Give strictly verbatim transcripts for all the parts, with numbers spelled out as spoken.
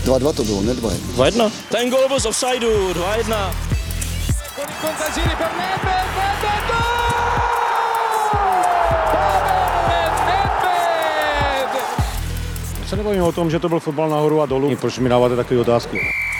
dva dva to bylo, ne dva jedna. dva jedna. Ten gol byl z offsideu, dva jedna. Se nebavím o tom, že to byl fotbal nahoru a dolů. Proč mi dáváte takové otázky?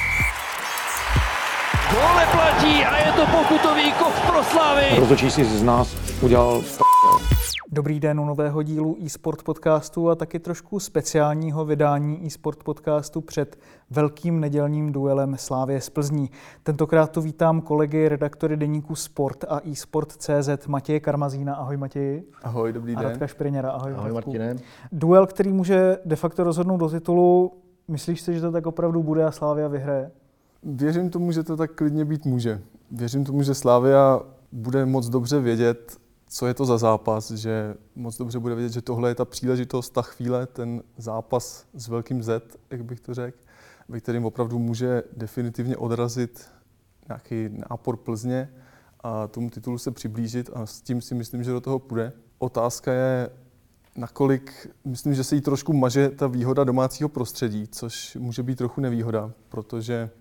Gol neplatí a je to pokutový kov pro Slavii. Rozhodčí si z nás udělal p***. Dobrý den u nového dílu eSport podcastu a taky trošku speciálního vydání eSport podcastu před velkým nedělním duelem Slavie s Plzní. Tentokrát tu vítám kolegy, redaktory deníku Sport a eSport tečka cé zet Matěje Karmazína. Ahoj Matěji. Ahoj, dobrý den. A Radka Špriněra. Ahoj, Ahoj Martine. Duel, který může de facto rozhodnout do titulu. Myslíš si, že to tak opravdu bude a Slavia vyhraje? Věřím tomu, že to tak klidně být může. Věřím tomu, že Slavia bude moc dobře vědět, co je to za zápas, že moc dobře bude vědět, že tohle je ta příležitost, ta chvíle, ten zápas s velkým Z, jak bych to řekl, ve kterým opravdu může definitivně odrazit nějaký nápor Plzně a tomu titulu se přiblížit a s tím si myslím, že do toho půjde. Otázka je, nakolik, myslím, že se jí trošku maže ta výhoda domácího prostředí, což může být trochu nevýhoda, protože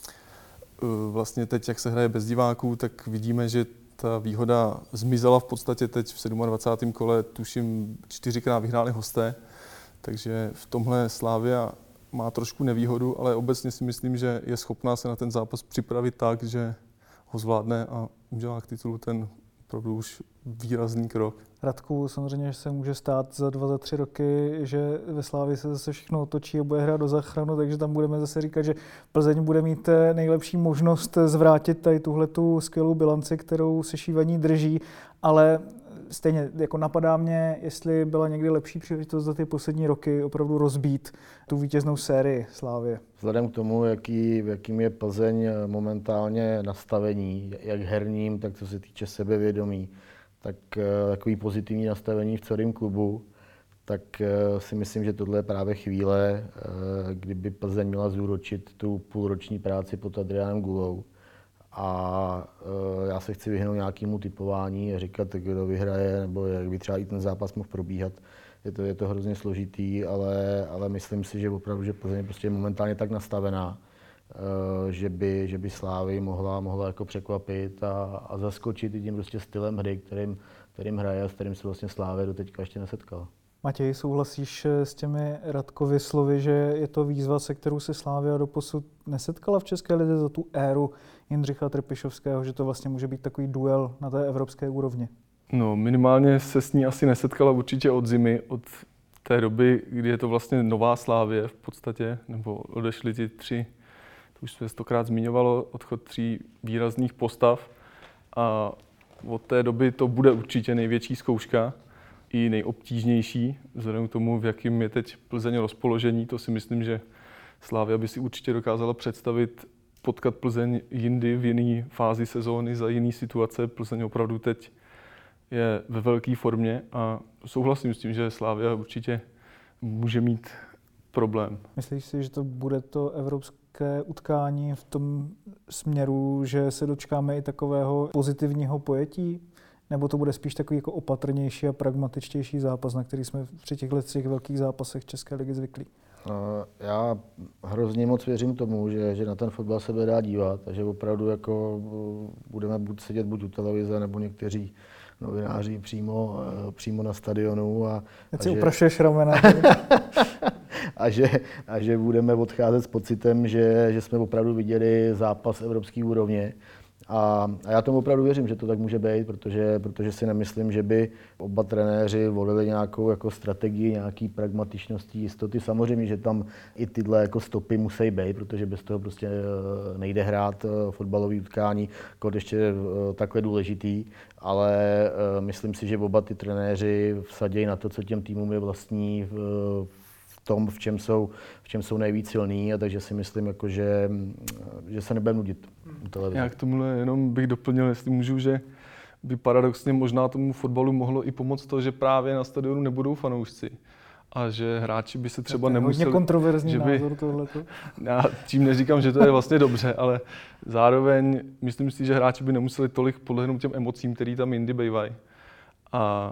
vlastně teď, jak se hraje bez diváků, tak vidíme, že ta výhoda zmizela v podstatě teď v dvacátém sedmém kole, tuším, čtyřikrát vyhráli hosté, takže v tomhle Slavia má trošku nevýhodu, ale obecně si myslím, že je schopná se na ten zápas připravit tak, že ho zvládne a udělá k titulu ten opravdu už výrazný krok. Radku, samozřejmě, že se může stát za dva, za tři roky, že ve Slavii se zase všechno otočí a bude hrát do záchranu, takže tam budeme zase říkat, že Plzeň bude mít nejlepší možnost zvrátit tady tuhletu skvělou bilanci, kterou Sešívaní drží, ale stejně jako napadá mě, jestli byla někdy lepší příležitost za ty poslední roky opravdu rozbít tu vítěznou sérii Slavie. Vzhledem k tomu, jaký, v jakým je Plzeň momentálně nastavení, jak herním, tak co se týče sebevědomí, tak takový pozitivní nastavení v celém klubu, tak si myslím, že tohle je právě chvíle, kdyby Plzeň měla zúročit tu půlroční práci pod Adriánem Gulou. A já se chci vyhnout nějakému typování a říkat, kdo vyhraje, nebo jak by třeba i ten zápas mohl probíhat. Je to, je to hrozně složitý, ale, ale myslím si, že opravdu, že Plzeň je prostě momentálně tak nastavená, že by, že by Slavii mohla, mohla jako překvapit a, a zaskočit i tím prostě stylem hry, kterým, kterým hraje a s kterým se vlastně Slavia doteďka ještě nesetkala. Matěj, souhlasíš s těmi Radkovy slovy, že je to výzva, se kterou se Slavia doposud nesetkala v České lize za tu éru Jindřicha Trpišovského, že to vlastně může být takový duel na té evropské úrovni? No, minimálně se s ní asi nesetkala určitě od zimy, od té doby, kdy je to vlastně nová Slavie v podstatě, nebo odešli ti tři, to už se stokrát zmiňovalo, odchod tří výrazných postav a od té doby to bude určitě největší zkouška i nejobtížnější, vzhledem k tomu, v jakém je teď Plzeň rozpoložení. To si myslím, že Slavia by si určitě dokázala představit potkat Plzeň jindy v jiné fázi sezóny, za jiné situace. Plzeň opravdu teď je ve velké formě a souhlasím s tím, že Slavia určitě může mít problém. Myslíš si, že to bude to evropské utkání v tom směru, že se dočkáme i takového pozitivního pojetí? Nebo to bude spíš takový jako opatrnější a pragmatičtější zápas, na který jsme při těchto třech velkých zápasech České ligy zvyklí? Já hrozně moc věřím tomu, že, že na ten fotbal se bude dá dívat a že opravdu jako budeme buď sedět buď u televize, nebo někteří novináři přímo, přímo na stadionu. A, Teď a si že, uprašuješ ramena. a, že, a že budeme odcházet s pocitem, že, že jsme opravdu viděli zápas evropské úrovně. A, a já tomu opravdu věřím, že to tak může být, protože, protože si nemyslím, že by oba trenéři volili nějakou jako strategii, nějaký pragmatičnosti, jistoty. Samozřejmě, že tam i tyhle jako stopy musí být, protože bez toho prostě nejde hrát fotbalové utkání, kod ještě takhle důležitý, ale myslím si, že oba ty trenéři vsadějí na to, co těm týmům je vlastní, v, v tom, v čem jsou, v čem jsou nejvíc silný, a takže si myslím, jako, že, že se nebudeme nudit u televize. Já k tomuhle jenom bych doplnil, jestli můžu, že by paradoxně možná tomu fotbalu mohlo i pomoct to, že právě na stadionu nebudou fanoušci a že hráči by se třeba nemuseli... Hodně kontroverzní že by, názor tohleto. Já tím neříkám, že to je vlastně dobře, ale zároveň myslím si, že hráči by nemuseli tolik podlehnout těm emocím, které tam jindy bývají. A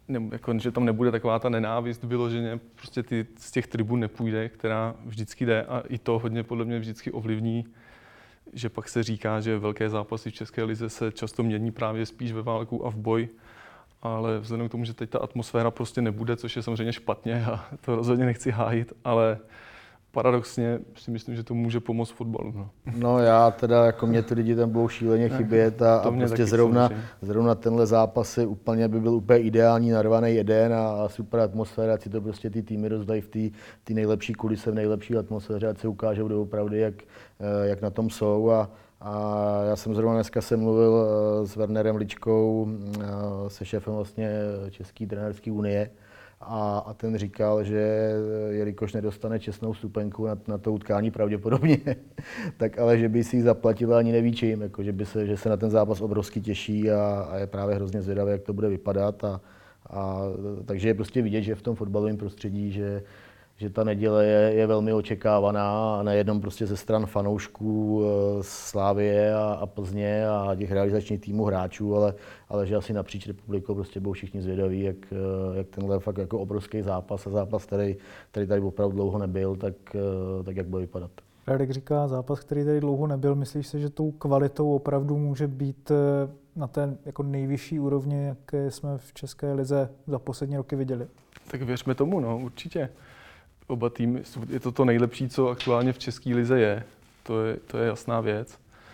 ne, jako, že tam nebude taková ta nenávist vyloženě, prostě ty, z těch tribun nepůjde, která vždycky jde a i to hodně podle mě vždycky ovlivní, že pak se říká, že velké zápasy v České lize se často mění právě spíš ve válku a v boj, ale vzhledem k tomu, že teď ta atmosféra prostě nebude, což je samozřejmě špatně a to rozhodně nechci hájit, ale paradoxně si myslím, že to může pomoct fotbalu. No, no já teda, jako mě ty lidi tam budou šíleně chybět a, a prostě zrovna, zrovna tenhle zápas je úplně, by byl úplně ideální narvaný jeden a, a super atmosféra, ať si to prostě ty týmy rozdají v té nejlepší kulise, v nejlepší atmosféře, ať se ukážou doopravdy, jak, jak na tom jsou. A, a já jsem zrovna dneska jsem mluvil s Wernerem Ličkou, se šéfem vlastně České trenérské unie. A, a ten říkal, že jelikož nedostane čestnou stupenku na, na to utkání pravděpodobně, tak ale že by si ji zaplatila ani neví čím, jako, že, by se, že se na ten zápas obrovsky těší a, a je právě hrozně zvědavý, jak to bude vypadat. A, a, takže je prostě vidět, že v tom fotbalovém prostředí, že, že ta neděle je, je velmi očekávaná a nejenom prostě ze stran fanoušků Slavie a, a Plzně a těch realizačních týmů hráčů, ale, ale že asi napříč republikou prostě budou všichni zvědaví, jak, jak tenhle fakt jako obrovský zápas a zápas, který, který tady opravdu dlouho nebyl, tak, tak jak bude vypadat. Radek říká, zápas, který tady dlouho nebyl, myslíš si, že tou kvalitou opravdu může být na té jako nejvyšší úrovni, jaké jsme v České lize za poslední roky viděli? Tak věřme tomu, no, určitě. Oba týmy, je to to nejlepší, co aktuálně v České lize je. To je, to je jasná věc.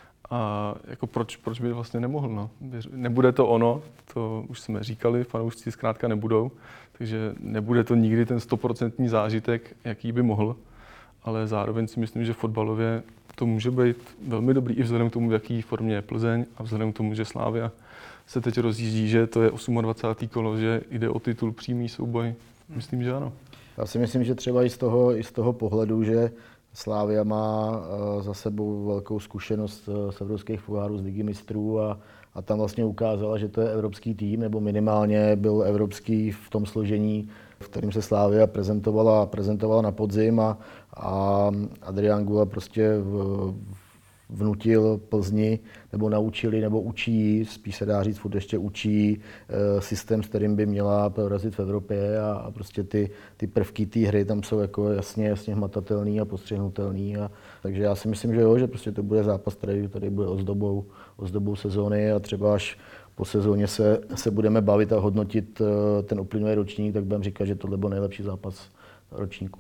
A jako proč, proč by vlastně nemohl, no? Nebude to ono, to už jsme říkali, fanoušci zkrátka nebudou, takže nebude to nikdy ten stoprocentní zážitek, jaký by mohl, ale zároveň si myslím, že fotbalově to může být velmi dobrý i vzhledem k tomu, v jaký formě je Plzeň a vzhledem k tomu, že Slavia se teď rozjíždí, že to je dvacátého osmého kolo, že jde o titul přímý souboj. Myslím, že ano. Já si myslím, že třeba i z toho, i z toho pohledu, že Slavia má za sebou velkou zkušenost z evropských pohárů, z Ligy mistrů a, a tam vlastně ukázala, že to je evropský tým, nebo minimálně byl evropský v tom složení, v kterém se Slavia prezentovala, prezentovala na podzim a, a Adrian Gula prostě v, vnutil Plzni, nebo naučili, nebo učí, spíš se dá říct, furt ještě učí e, systém, s kterým by měla prorazit v Evropě a, a prostě ty, ty prvky té hry tam jsou jako jasně, jasně hmatatelný a postřehnutelný. A, takže já si myslím, že jo, že prostě to bude zápas, který tady bude ozdobou, ozdobou sezóny a třeba až po sezóně se, se budeme bavit a hodnotit e, ten uplynulý ročník, tak budeme říkat, že tohle byl nejlepší zápas ročníku.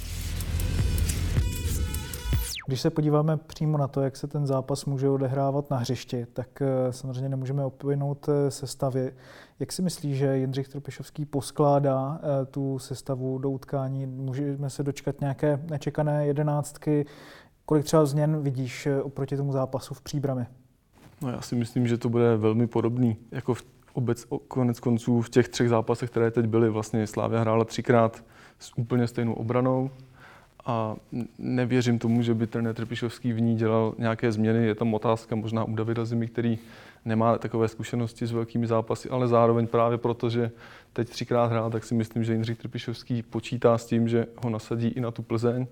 Když se podíváme přímo na to, jak se ten zápas může odehrávat na hřišti, tak samozřejmě nemůžeme opomenout sestavy. Jak si myslíš, že Jindřich Trpišovský poskládá tu sestavu do utkání? Můžeme se dočkat nějaké nečekané jedenáctky? Kolik třeba změn vidíš oproti tomu zápasu v Příbrami? No já si myslím, že to bude velmi podobný. Jako v obec, konec konců v těch třech zápasech, které teď byly, vlastně Slavia hrála třikrát s úplně stejnou obranou. A nevěřím tomu, že by trenér Trpišovský v ní dělal nějaké změny. Je tam otázka možná u Davida Zimy, který nemá takové zkušenosti s velkými zápasy, ale zároveň právě proto, že teď třikrát hrál, tak si myslím, že Jindřich Trpišovský počítá s tím, že ho nasadí i na tu Plzeň.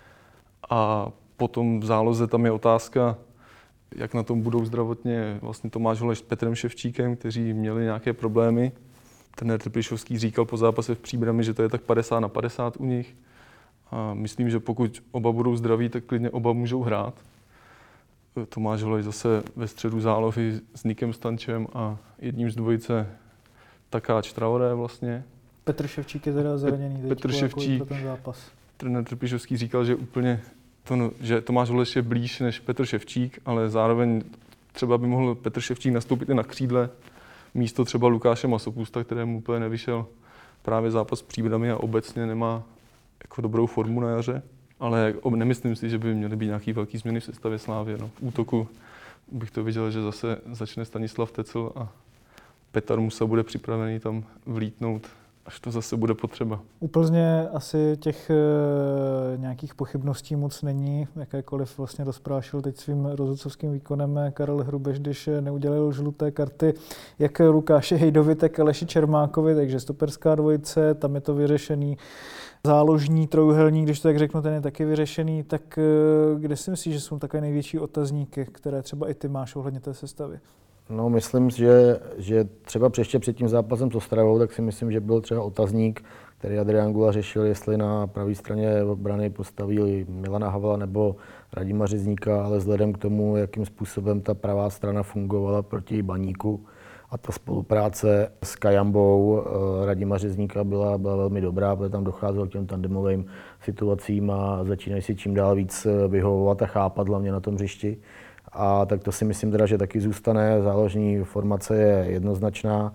A potom v záloze tam je otázka, jak na tom budou zdravotně vlastně Tomáš Holeš s Petrem Ševčíkem, kteří měli nějaké problémy. Trenér Trpišovský říkal po zápase v Příbrami, že to je tak padesát na padesát u nich. A myslím, že pokud oba budou zdraví, tak klidně oba můžou hrát. Tomáš Holej zase ve středu zálohy s Nikem Stančem a jedním z dvojice Takáč Traoré vlastně. Petr Ševčík je teda zraněný. Petr Ševčík, ten zápas. Trenér Trpišovský říkal, že úplně to, no, že Tomáš Holeš je blíž než Petr Ševčík, ale zároveň třeba by mohl Petr Ševčík nastoupit i na křídle místo třeba Lukáše Masopusta, kterému úplně nevyšel právě zápas s Příbrami a obecně nemá jako dobrou formu na jaře, ale nemyslím si, že by měly být nějaký velký změny v sestavě Slávie. No. V útoku bych to viděl, že zase začne Stanislav Tecl a Petar Musa bude připravený tam vlítnout, až to zase bude potřeba. U Plzně asi těch e, nějakých pochybností moc není, jakékoliv vlastně rozprášil teď svým rozhodcovským výkonem Karel Hrubeš, když neudělal žluté karty jak Lukáše Hejdovi, tak Aleši Čermákovi, takže stoperská dvojice, tam je to vyřešený. Záložní trojúhelník, když to tak řeknu, ten je taky vyřešený, tak kde si myslíš, že jsou takové největší otazníky, které třeba i ty máš ohledně té sestavy? No, myslím, že, že třeba ještě před tím zápasem s Ostravou, tak si myslím, že byl třeba otazník, který Adrian Gula řešil, jestli na pravé straně obrany postaví Milana Havla nebo Radima Řezníka, ale vzhledem k tomu, jakým způsobem ta pravá strana fungovala proti Baníku a ta spolupráce s Kajambou Radima Řezníka byla, byla velmi dobrá, protože tam docházelo k těm tandemovým situacím a začínají si čím dál víc vyhovovat a chápat hlavně na tom hřišti. A tak to si myslím teda, že taky zůstane. Záložní formace je jednoznačná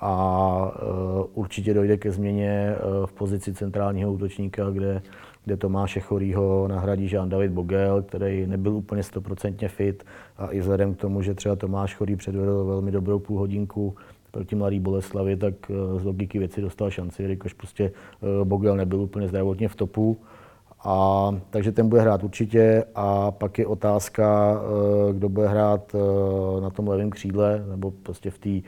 a uh, určitě dojde ke změně uh, v pozici centrálního útočníka, kde, kde Tomáše Chorýho nahradí Jean David Bogel, který nebyl úplně stoprocentně fit a i vzhledem k tomu, že třeba Tomáš Chorý předvedl velmi dobrou půlhodinku proti Mladý Boleslavi, tak uh, z logiky věci dostal šanci, jelikož prostě uh, Bogel nebyl úplně zdravotně v topu. A, takže ten bude hrát určitě a pak je otázka, kdo bude hrát na tom levém křídle nebo prostě v, tý,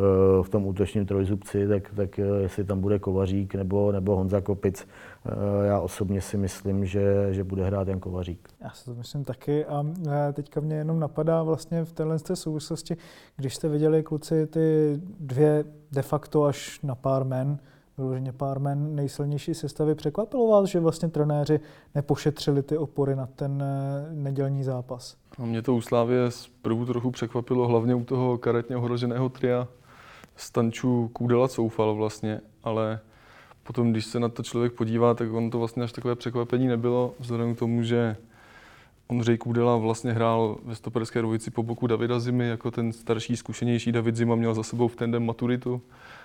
v tom útočním trojzubci, tak, tak jestli tam bude Kovařík nebo, nebo Honza Kopic. Já osobně si myslím, že, že bude hrát Jan Kovařík. Já si to myslím taky a teďka mě jenom napadá vlastně v téhle souvislosti, když jste viděli kluci ty dvě de facto až na pár men, vyloženě pár men nejsilnější sestavy. Překvapilo vás, že vlastně trenéři nepošetřili ty opory na ten nedělní zápas? A mě to u Slávie zprvu trochu překvapilo, hlavně u toho karetně ohroženého tria Stančů, Kůdela, Coufal vlastně, ale potom, když se na to člověk podívá, tak on to vlastně až takové překvapení nebylo, vzhledem k tomu, že Ondřej Kůdela vlastně hrál ve stoperské dvojici po boku Davida Zimy, jako ten starší, zkušenější David Zima měl za sebou v tandem maturitu.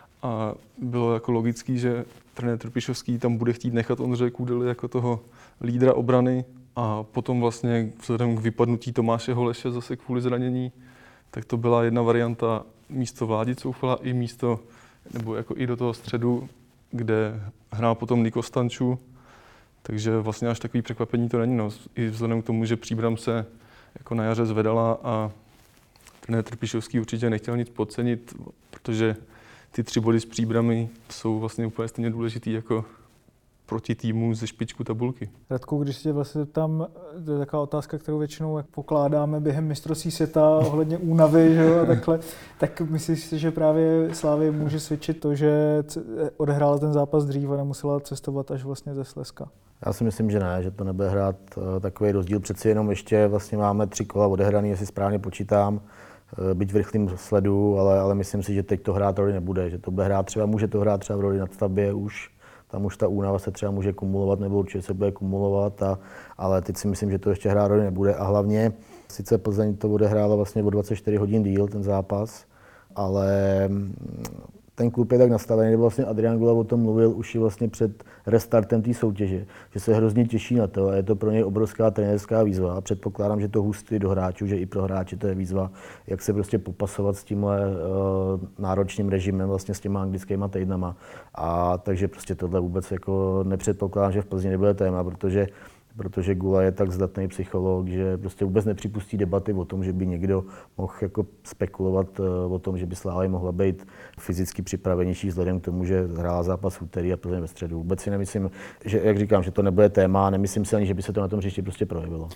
A bylo jako logický, že trenér Trpišovský tam bude chtít nechat Ondřeje Kůdely jako toho lídra obrany a potom vlastně vzhledem k vypadnutí Tomáše Holeše zase kvůli zranění, tak to byla jedna varianta místo Vládi Coufala i místo, nebo jako i do toho středu, kde hrál potom Niko Stanču, takže vlastně až takový překvapení to není, no. I vzhledem k tomu, že Příbram se jako na jaře zvedala a trenér Trpišovský určitě nechtěl nic podcenit, protože ty tři body s Příbrami jsou vlastně úplně stejně důležitý jako proti týmu ze špičku tabulky. Radku, když se vlastně tam, to je taková otázka, kterou většinou pokládáme během mistrovství světa ohledně únavy, že jo, a takhle, tak myslíš si, že právě Slavie může svědčit to, že odehrála ten zápas dřív a nemusela cestovat až vlastně ze Slezska? Já si myslím, že ne, že to nebude hrát takový rozdíl. Přeci jenom ještě vlastně máme tři kola odehraný, jestli správně počítám. Byť v rychlém sledu, ale, ale myslím si, že teď to hrát roli nebude, že to bude hrát třeba, může to hrát třeba v roli nadstavbě už, tam už ta únava se třeba může kumulovat, nebo určitě se bude kumulovat, a, ale teď si myslím, že to ještě hrát roli nebude a hlavně, sice Plzeň to odehrála vlastně o dvacet čtyři hodin díl, ten zápas, ale ten klub je tak nastavený, nebo vlastně Adrian Gula o tom mluvil už i vlastně před restartem té soutěže, že se hrozně těší na to a je to pro něj obrovská trenérská výzva a předpokládám, že to hustí do hráčů, že i pro hráče to je výzva, jak se prostě popasovat s tímhle uh, náročným režimem, vlastně s těma anglickýma týdnama. A takže prostě tohle vůbec jako nepředpokládám, že v Plzni nebude téma, protože protože Gula je tak zdatný psycholog, že prostě vůbec nepřipustí debaty o tom, že by někdo mohl jako spekulovat o tom, že by Slavia mohla být fyzicky připravenější vzhledem k tomu, že hrála zápas v úterý a Plzeň ve středu. Vůbec si nemyslím, že, jak říkám, že to nebude téma, nemyslím si ani, že by se to na tom hřišti prostě projevilo.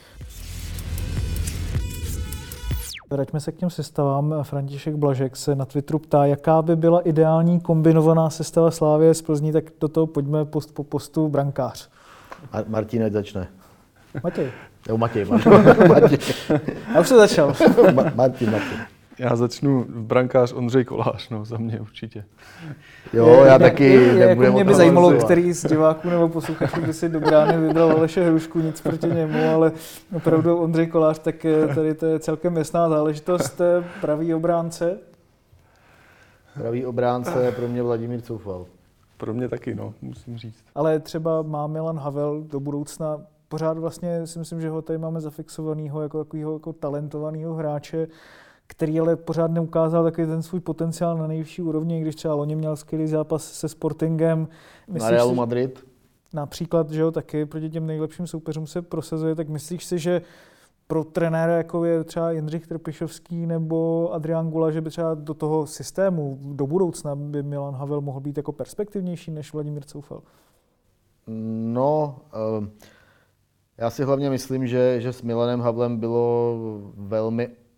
Vraťme se k těm sestavám. František Blažek se na Twitteru ptá, jaká by byla ideální kombinovaná sestava Slavie z Plzní, tak do toho pojďme post po postu brankář. Mar- Martin ať začne. Matěj. Jo, Matěj, Matěj. Matěj. Já už se začal. Ma- Martin, Matěj. Já začnu brankář Ondřej Kolář, no, za mě určitě. Jo, já taky jako mě by zajímalo, hlasovat. který z diváků nebo posluchačů by si do brány vybral Aleše Hrušku, nic proti němu, ale opravdu Ondřej Kolář, tak tady to je celkem jasná záležitost. Pravý obránce. Pravý obránce je pro mě Vladimír Coufal. Pro mě taky, no, musím říct. Ale třeba má Milan Havel do budoucna, pořád vlastně si myslím, že ho tady máme zafixovanýho jako takového jako talentovaného hráče, který ale pořád neukázal takový ten svůj potenciál na nejvyšší úrovni, když třeba loni měl skvělý zápas se Sportingem. Myslíš na Realu Madrid? Například, že jo, taky proti těm nejlepším soupeřům se prosazuje, tak myslíš si, že pro trenéra, jako je třeba Jindřich Trpišovský nebo Adrian Gula, že by třeba do toho systému do budoucna by Milan Havel mohl být jako perspektivnější než Vladimír Coufal? No, já si hlavně myslím, že, že s Milanem Havlem bylo velmi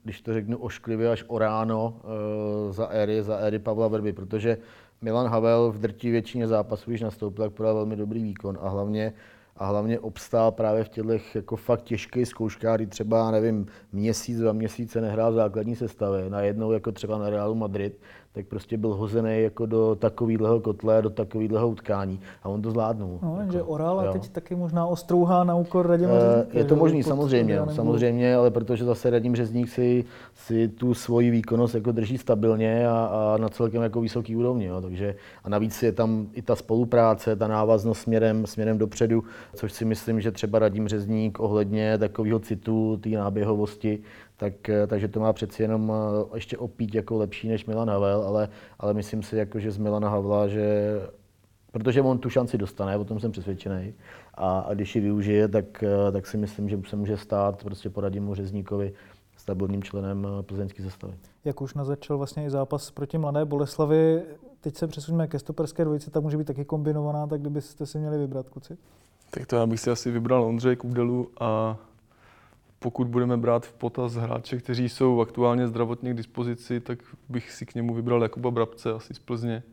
když to řeknu ošklivě, až o ráno e, za éry, za éry Pavla Vrby, protože Milan Havel v drtí většině zápasů, když nastoupil, tak podal velmi dobrý výkon a hlavně, a hlavně obstál právě v těchto jako fakt těžkých zkouškách, kdy třeba, nevím, měsíc, dva měsíce nehrál v základní sestavě, najednou jako třeba na Realu Madrid, tak prostě byl hozený jako do takovýhleho kotle, do takovýhleho utkání a on to zvládnul. No, jako, že Oral a teď taky možná ostrouhá na úkor Radima Řezníka. Je to možný, samozřejmě, samozřejmě, ale protože zase Radim Řezník si, si tu svoji výkonnost jako drží stabilně a, a na celkem jako vysoký úrovni, jo, takže a navíc je tam i ta spolupráce, ta návaznost směrem, směrem dopředu, což si myslím, že třeba Radim Řezník ohledně takového citu, té náběhovosti, tak, takže to má přeci jenom ještě opít jako lepší než Milan Havel, ale, ale myslím si, jako, že z Milana Havla, že protože on tu šanci dostane, o tom jsem přesvědčený, a, a když ji využije, tak, tak si myslím, že se může stát prostě po Radimu Řezníkovi stabilním členem plzeňské sestavy. Jak už naznačil vlastně i zápas proti Mladé Boleslavi, teď se přesuneme ke stoperské dvojici, ta může být taky kombinovaná, tak kdybyste si měli vybrat, kluci? Tak to já bych si asi vybral Ondřeje Kudelu a pokud budeme brát v potaz hráče, kteří jsou aktuálně zdravotně k dispozici, tak bych si k němu vybral Jakuba Brabce asi z Plzně.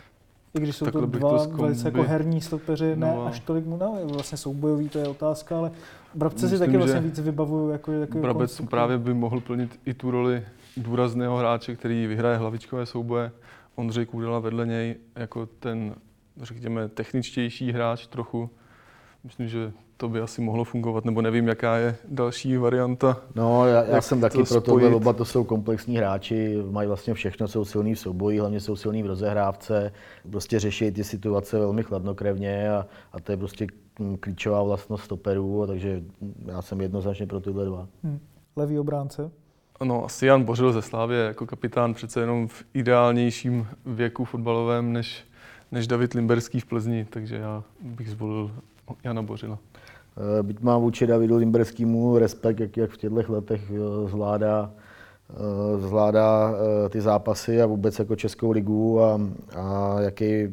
I když jsou Takhle to bych dva to zkombi... velice jako herní stopeři, ne no. až tolik mu, no, vlastně soubojový, to je otázka, ale Brabce si Myslím, taky vlastně že víc vybavuju jako takový Brabec konstruktor. právě by mohl plnit i tu roli důrazného hráče, který vyhraje hlavičkové souboje. Ondřej Kudela vedle něj jako ten, řekněme, techničtější hráč trochu. Myslím, že to by asi mohlo fungovat, nebo nevím, jaká je další varianta. No, já, já jsem taky to pro tohle, spojit. oba to jsou komplexní hráči, mají vlastně všechno, jsou silní v souboji, hlavně jsou silní v rozehrávce, prostě řeší ty situace velmi chladnokrevně a, a to je prostě klíčová vlastnost stoperů, takže já jsem jednoznačně pro tyhle dva. Hmm. Levý obránce? No, asi Jan Bořil ze Slávie jako kapitán přece jenom v ideálnějším věku fotbalovém než, než David Limberský v Plzni, takže já bych zvolil Jana Bořila. Byť mám vůči Davidu Limberskému respekt, jak, jak v těchto letech zvládá, zvládá ty zápasy a vůbec jako Českou ligu a, a jaký,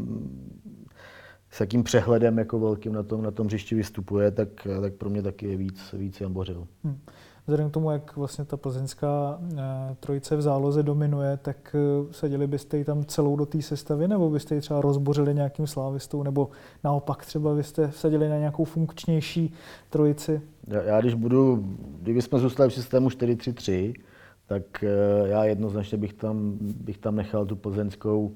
s jakým přehledem jako velkým na tom, na tom hřišti vystupuje, tak, tak pro mě taky je víc, víc Jan Bořil. Hmm. Vzhledem k tomu, jak vlastně ta plzeňská trojice v záloze dominuje, tak sadili byste ji tam celou do té sestavy, nebo byste ji třeba rozbořili nějakým slávistou, nebo naopak třeba byste vsadili na nějakou funkčnější trojici? Já, já když budu, kdybychom zůstali v systému čtyři tři tři, tak já jednoznačně bych tam, bych tam nechal tu plzeňskou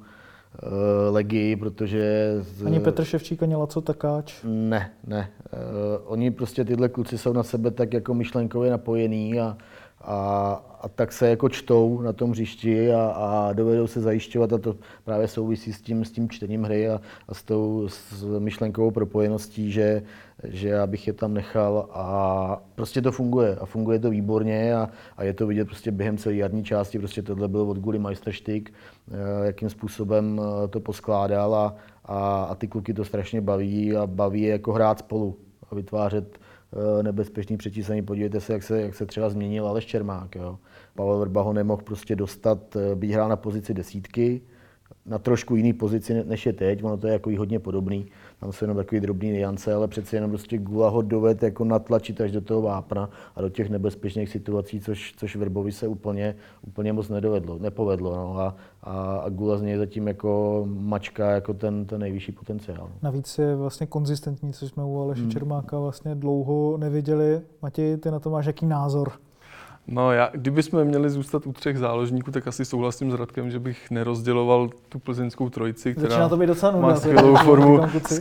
Uh, legii, protože... Z... Ani Petr Ševčík, ani Laco Takáč? Ne, ne. Uh, oni prostě tyhle kluci jsou na sebe tak jako myšlenkově napojení a, a, a tak se jako čtou na tom hřišti a, a dovedou se zajišťovat a to právě souvisí s tím, s tím čtením hry a, a s tou s myšlenkovou propojeností, že, že já bych je tam nechal a prostě to funguje a funguje to výborně a, a je to vidět prostě během celé jarní části, prostě tohle byl od Guly majsterštyk, jakým způsobem to poskládal a, a, a ty kluky to strašně baví a baví je jako hrát spolu a vytvářet nebezpečný přečíslení. Podívejte se, jak se, jak se třeba změnil Aleš Čermák. Jo. Pavel Vrba ho nemohl prostě dostat, být hrál na pozici desítky, na trošku jiný pozici, než je teď, ono to je jako hodně podobný, tam jsou jenom takový drobný niance, ale přeci jenom prostě Gula ho doved jako natlačit až do toho vápna a do těch nebezpečných situací, což, což Vrbovi se úplně, úplně moc nedovedlo, nepovedlo. No. A, a, a Gula z něj zatím jako mačka jako ten, ten nejvyšší potenciál. Navíc je vlastně konzistentní, což jsme u Aleše hmm. Čermáka vlastně dlouho neviděli. Matěj, ty na to máš jaký názor? No, já, kdybychom měli zůstat u třech záložníků, tak asi souhlasím s Radkem, že bych nerozděloval tu plzeňskou trojici, která Začíná to být docela nudná, má skvělou formu.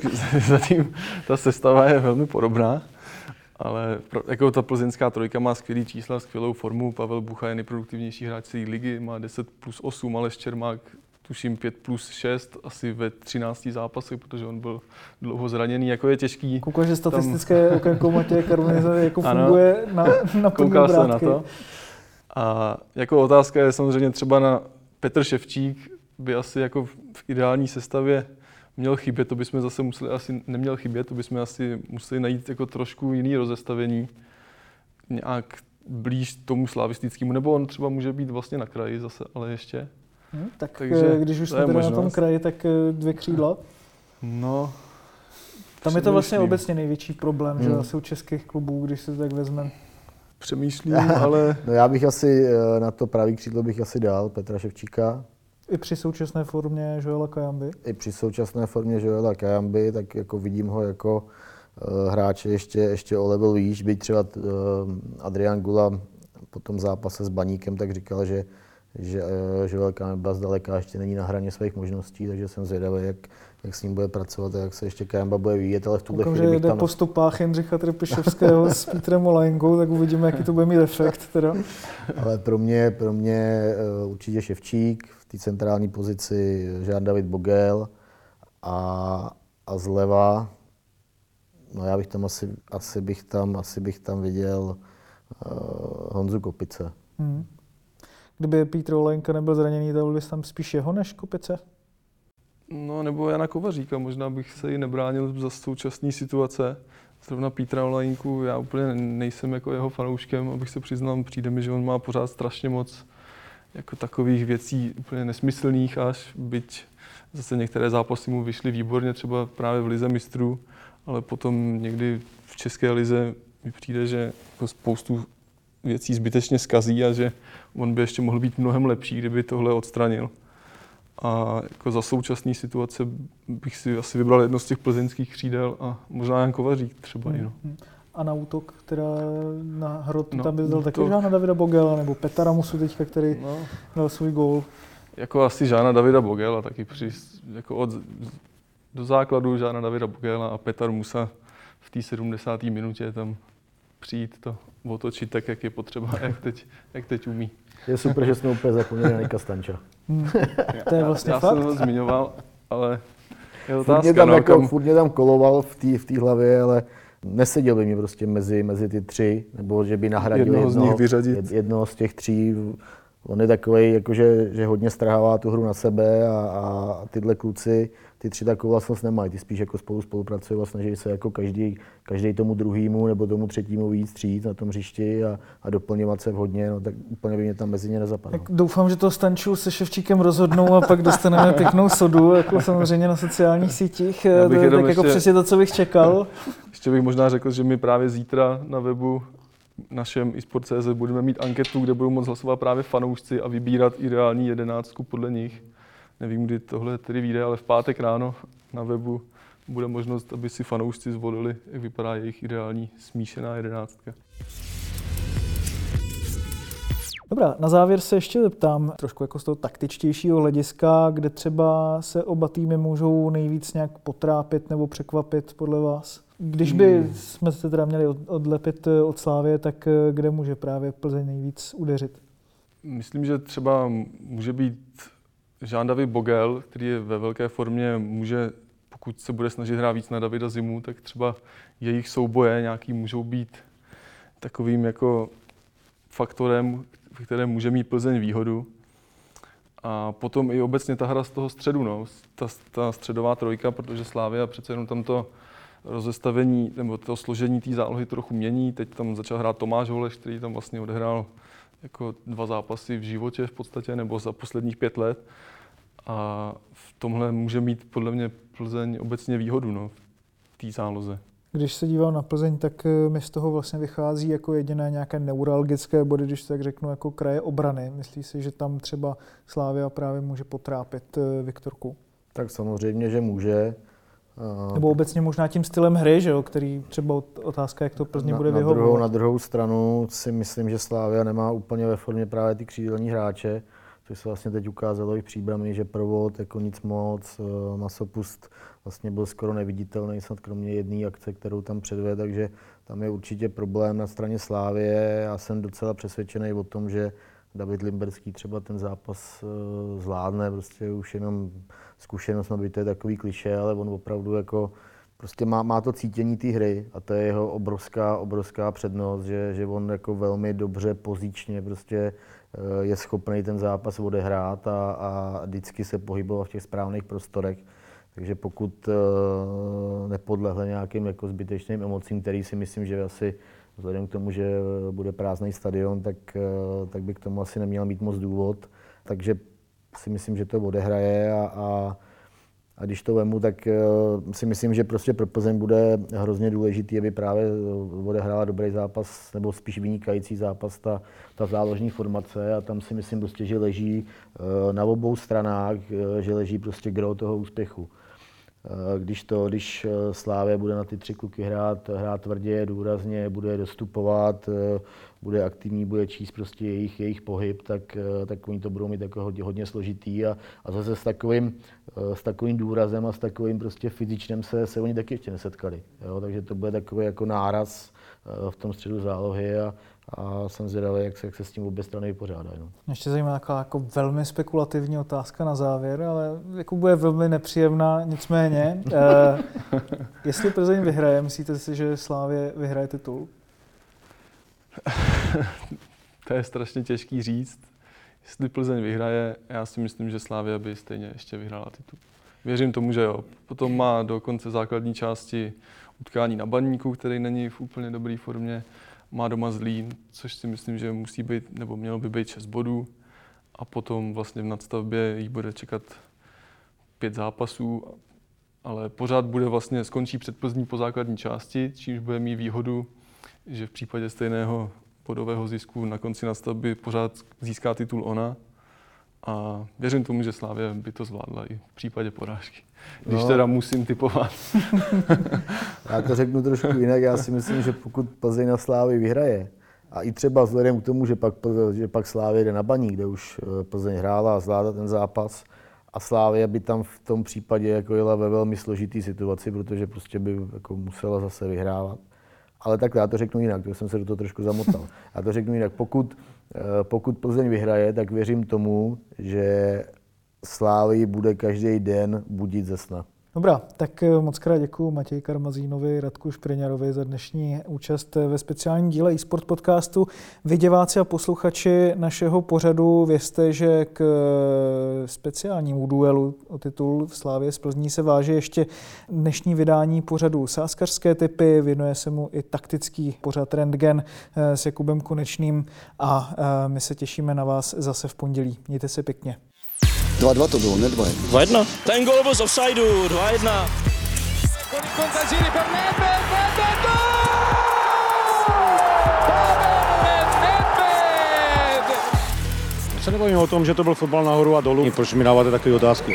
Zatím ta sestava je velmi podobná, ale jako ta plzeňská trojka má skvělý čísla, skvělou formu. Pavel Bucha je nejproduktivnější hráč celé ligy, má deset plus osm, Aleš Čermák tuším pět plus šest, asi ve třinácti zápasech, protože on byl dlouho zraněný, jako je těžký. Koukal, že statistické tam... okénko Matěje Karunize jako funguje na, na plný obrátky. Se na to. A jako otázka je samozřejmě třeba na Petr Ševčík, by asi jako v ideální sestavě měl chybět, to bychom zase museli asi neměl chybět, to bychom asi museli najít jako trošku jiný rozestavení, nějak blíž tomu slavistickému, nebo on třeba může být vlastně na kraji zase, ale ještě. Hmm, tak takže když už jsme teda na tom kraji, tak dvě křídla. No. Tam je to vlastně obecně největší problém, hmm. že asi u českých klubů, když se tak vezme. přemýšlím, ale... No já bych asi na to pravý křídlo bych asi dal Petra Ševčíka. I při současné formě Joela Kajamby? I při současné formě Joela Kajamby, tak jako vidím ho jako uh, hráče ještě, ještě o level výš, byť třeba uh, Adrian Gula po tom zápase s Baníkem tak říkal, že, že uh, Joel Kajamba zdaleka ještě není na hraně svých možností, takže jsem zvědavý, jak, jak s ním bude pracovat a jak se ještě Kajamba bude vyvíjet, ale v tuhle chvíli bych bych jde tam... po stopách Jindřicha Trpišovského s Petrem Olajnkou, tak uvidíme, jaký to bude mít efekt teda. Ale pro mě, pro mě uh, určitě Ševčík, v té centrální pozici Jean David Bogel a, a zleva, no já bych tam asi, asi bych tam, asi bych tam viděl uh, Honzu Kopice. Hmm. Kdyby Petr Olajnka nebyl zraněný, dal bys tam spíš jeho než Kopice? No nebo Jana Kovaříka, možná bych se jí nebránil za současné situace. Zrovna Petra Olajnku, já úplně nejsem jako jeho fanouškem, abych se přiznal, přijde mi, že on má pořád strašně moc jako takových věcí úplně nesmyslných až, byť zase některé zápasy mu vyšly výborně, třeba právě v lize mistrů, ale potom někdy v české lize mi přijde, že jako spoustu věcí zbytečně zkazí a že on by ještě mohl být mnohem lepší, kdyby tohle odstranil. A jako za současné situace bych si asi vybral jedno z těch plzeňských křídel a možná Jan Kovařík třeba hmm. i. No. A na útok, teda na hrotu, no, tam bys dal taky to... Žána Davida Bogela nebo Petra Musu teďka, který no. dal svůj gól. Jako asi Žána Davida Bogela, taky při, jako od, do základu Žána Davida Bogela a Petr Musa v té sedmdesáté minutě tam přijít to otočit tak, jak je potřeba, jak teď, jak teď umí. Je super, že jsme úplně zapomněli na Nika Stanča. Hmm. To je vlastně já, já fakt. jsem ho zmiňoval, ale je Furt mě otázka, tam, no, jako, kam... furt mě tam koloval v té v té hlavě, ale neseděl by mi prostě mezi, mezi ty tři, nebo že by nahradil jednoho, jednoho, z nich vyřadit. Jed, jednoho z těch tří. On je takovej, jakože, že hodně strhává tu hru na sebe a, a tyhle kluci, ty tři takovou vlastnost nemají. Ty spíš jako spolu spolupracují a snaží se jako každý, každý tomu druhému nebo tomu třetímu víc stříct na tom hřišti a, a doplňovat se vhodně, no tak úplně by mě tam mezi ně nezapadlo. Doufám, že to Stanču se Ševčíkem rozhodnou a pak dostaneme pěknou sodu, jako samozřejmě na sociálních sítích. To je tak jako přesně to, co bych čekal. Ještě bych možná řekl, že my právě zítra na webu našem isport tečka cé zet budeme mít anketu, kde budou moct hlasovat právě fanoušci a vybírat ideální jedenáctku podle nich. Nevím, kdy tohle tedy vyjde, ale v pátek ráno na webu bude možnost, aby si fanoušci zvolili, jak vypadá jejich ideální smíšená jedenáctka. Dobrá, na závěr se ještě zeptám trošku jako z toho taktičtějšího hlediska, kde třeba se oba týmy můžou nejvíc nějak potrápit nebo překvapit podle vás? Když by hmm. jsme se teda měli odlepit od Slávie, tak kde může právě Plzeň nejvíc udeřit? Myslím, že třeba může být Jean David Bogel, který je ve velké formě, může, pokud se bude snažit hrát víc na Davida Zimu, tak třeba jejich souboje nějaký můžou být takovým jako faktorem, v kterém může mít Plzeň výhodu. A potom i obecně ta hra z toho středu, no, ta, ta středová trojka, protože Slavia přece jenom tam to rozestavení nebo to složení té zálohy trochu mění. Teď tam začal hrát Tomáš Holeš, který tam vlastně odehrál jako dva zápasy v životě v podstatě, nebo za posledních pět let. A v tomhle může mít podle mě Plzeň obecně výhodu, no, v té záloze. Když se dívám na Plzeň, tak mi z toho vlastně vychází jako jediné nějaké neuralgické body, když tak řeknu, jako kraje obrany. Myslíš si, že tam třeba Slavia právě může potrápit Viktorku? Tak samozřejmě, že může. Nebo obecně možná tím stylem hry, že jo, který třeba otázka, jak to Plzně na, bude na vyhovovat. druhou, na druhou stranu si myslím, že Slavia nemá úplně ve formě právě ty křídelní hráče, což se vlastně teď ukázalo i v Příbrami, že Provod jako nic moc, Masopust vlastně byl skoro neviditelný, snad kromě jedné akce, kterou tam předvedl, takže tam je určitě problém na straně Slavie. Já jsem docela přesvědčený o tom, že David Limberský třeba ten zápas zvládne, prostě už jenom zkušenost, no by to je takový klišé, ale on opravdu jako prostě má, má to cítění té hry a to je jeho obrovská, obrovská přednost, že, že on jako velmi dobře pozičně prostě je schopný ten zápas odehrát a, a vždycky se pohybovat v těch správných prostorech. Takže pokud uh, nepodlehle nějakým jako zbytečným emocím, který si myslím, že asi vzhledem k tomu, že bude prázdný stadion, tak, uh, tak by k tomu asi neměl mít moc důvod. Takže si myslím, že to odehraje a, a A když to vemu, tak si myslím, že prostě pro Plzeň bude hrozně důležitý, aby právě odehrála dobrý zápas, nebo spíš vynikající zápas, ta, ta záložní formace. A tam si myslím prostě, že leží na obou stranách, že leží prostě gro toho úspěchu. Když to, když Slavia bude na ty tři kluky hrát, hrát tvrdě, důrazně, bude dostupovat, bude aktivní, bude číst prostě jejich, jejich pohyb, tak, tak oni to budou mít jako hodně, hodně složitý a, a zase s takovým, s takovým důrazem a s takovým prostě fyzičnem se, se oni taky ještě nesetkali. Jo? Takže to bude takový jako náraz v tom středu zálohy a, a jsem zvědavý, jak se, jak se s tím obě strany vypořádají. No. Ještě zajímá taková jako velmi spekulativní otázka na závěr, ale jako bude velmi nepříjemná, nicméně. eh, jestli Plzeň vyhraje, myslíte si, že Slavie vyhraje titul? To je strašně těžký říct. Jestli Plzeň vyhraje, já si myslím, že Slavia by stejně ještě vyhrála titul. Věřím tomu, že jo. Potom má do konce základní části utkání na Baníku, který není v úplně dobré formě. Má doma Zlín, což si myslím, že musí být, nebo mělo by být šest bodů. A potom vlastně v nadstavbě jí bude čekat pět zápasů, ale pořád bude vlastně, skončí před Plzní po základní části, čímž bude mít výhodu, že v případě stejného bodového zisku na konci nadstavby pořád získá titul ona. A věřím tomu, že Slavia by to zvládla i v případě porážky. Když no. teda musím typovat. Já to řeknu trošku jinak. Já si myslím, že pokud Plzeň na Slavii vyhraje, a i třeba vzhledem k tomu, že pak, že pak Slavia jde na Baník, kde už Plzeň hrála a zvládla ten zápas, a Slavia by tam v tom případě jako jela ve velmi složitý situaci, protože prostě by jako musela zase vyhrávat. Ale takhle, já to řeknu jinak, to jsem se do toho trošku zamotal. Já to řeknu jinak, pokud, pokud Plzeň vyhraje, tak věřím tomu, že Slavii bude každý den budit ze sna. Dobrá, tak moc krát děkuju Matěji Karmazínovi, Radku Špriňarovi za dnešní účast ve speciálním díle eSport podcastu. Vy diváci a posluchači našeho pořadu, vězte, že k speciálnímu duelu o titul v Slavii z Plzní se váže ještě dnešní vydání pořadu Sázkařské tipy, věnuje se mu i taktický pořad Rentgen s Jakubem Konečným a my se těšíme na vás zase v pondělí. Mějte se pěkně. dva dva to bylo, ne dva jedna. dva jedna. Ten gol byl z offsideu, dva jedna. Se nebavíme o tom, že to byl fotbal nahoru a dolů. Proč mi dáváte takové otázky?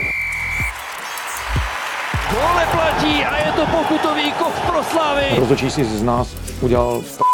Gól neplatí a je to pokutový kov pro Slavii. Rozhodčí si z nás udělal